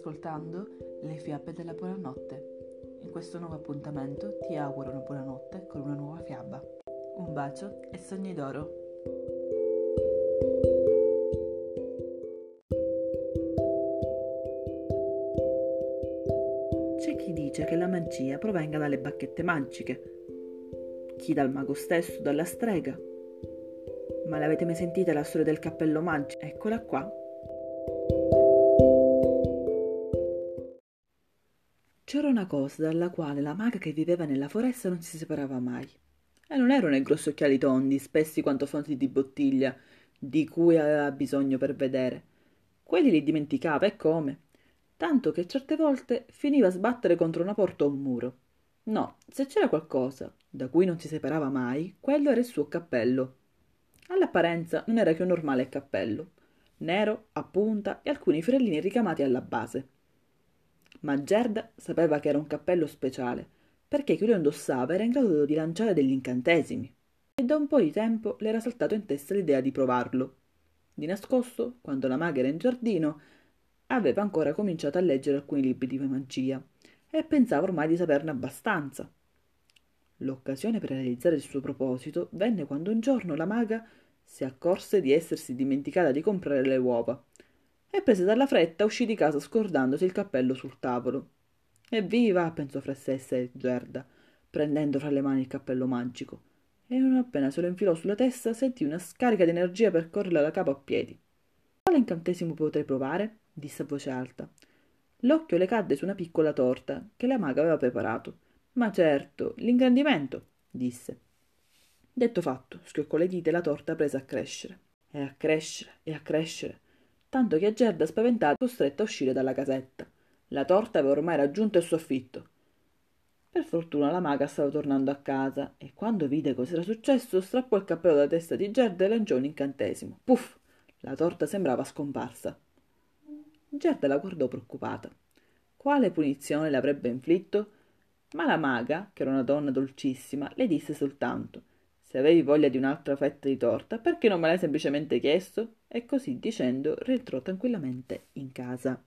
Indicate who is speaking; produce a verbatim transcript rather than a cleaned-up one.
Speaker 1: ascoltando Le fiabe della buonanotte. In questo nuovo appuntamento ti auguro una buonanotte con una nuova fiaba. Un bacio e sogni d'oro. C'è chi dice che la magia provenga dalle bacchette magiche, chi dal mago stesso, dalla strega. Ma l'avete mai sentita la storia del cappello magico? Eccola qua. C'era una cosa dalla quale la maga che viveva nella foresta non si separava mai. E non erano i grossi occhiali tondi, spessi quanto fonti di bottiglia, di cui aveva bisogno per vedere. Quelli li dimenticava, e come? Tanto che certe volte finiva a sbattere contro una porta o un muro. No, se c'era qualcosa da cui non si separava mai, quello era il suo cappello. All'apparenza non era che un normale cappello, nero, a punta e alcuni fiorellini ricamati alla base. Ma Gerda sapeva che era un cappello speciale, perché chi lo indossava era in grado di lanciare degli incantesimi. E da un po' di tempo le era saltato in testa l'idea di provarlo. Di nascosto, quando la maga era in giardino, aveva ancora cominciato a leggere alcuni libri di magia e pensava ormai di saperne abbastanza. L'occasione per realizzare il suo proposito venne quando un giorno la maga si accorse di essersi dimenticata di comprare le uova e prese dalla fretta uscì di casa scordandosi il cappello sul tavolo. Evviva! Pensò fra sé e sé Gerda, prendendo fra le mani il cappello magico, e non appena se lo infilò sulla testa sentì una scarica di energia percorrere la capo a piedi. Quale incantesimo potrei provare? Disse a voce alta. L'occhio le cadde su una piccola torta che la maga aveva preparato. Ma certo, l'ingrandimento, disse. Detto fatto, schioccò le dita e la torta prese a crescere, e a crescere, e a crescere, tanto che Gerda, spaventata, fu costretta a uscire dalla casetta. La torta aveva ormai raggiunto il soffitto. Per fortuna la maga stava tornando a casa e quando vide cosa era successo strappò il cappello dalla testa di Gerda e lanciò un incantesimo. Puff! La torta sembrava scomparsa. Gerda la guardò preoccupata. Quale punizione le avrebbe inflitto? Ma la maga, che era una donna dolcissima, le disse soltanto: se avevi voglia di un'altra fetta di torta, perché non me l'hai semplicemente chiesto? E così dicendo rientrò tranquillamente in casa.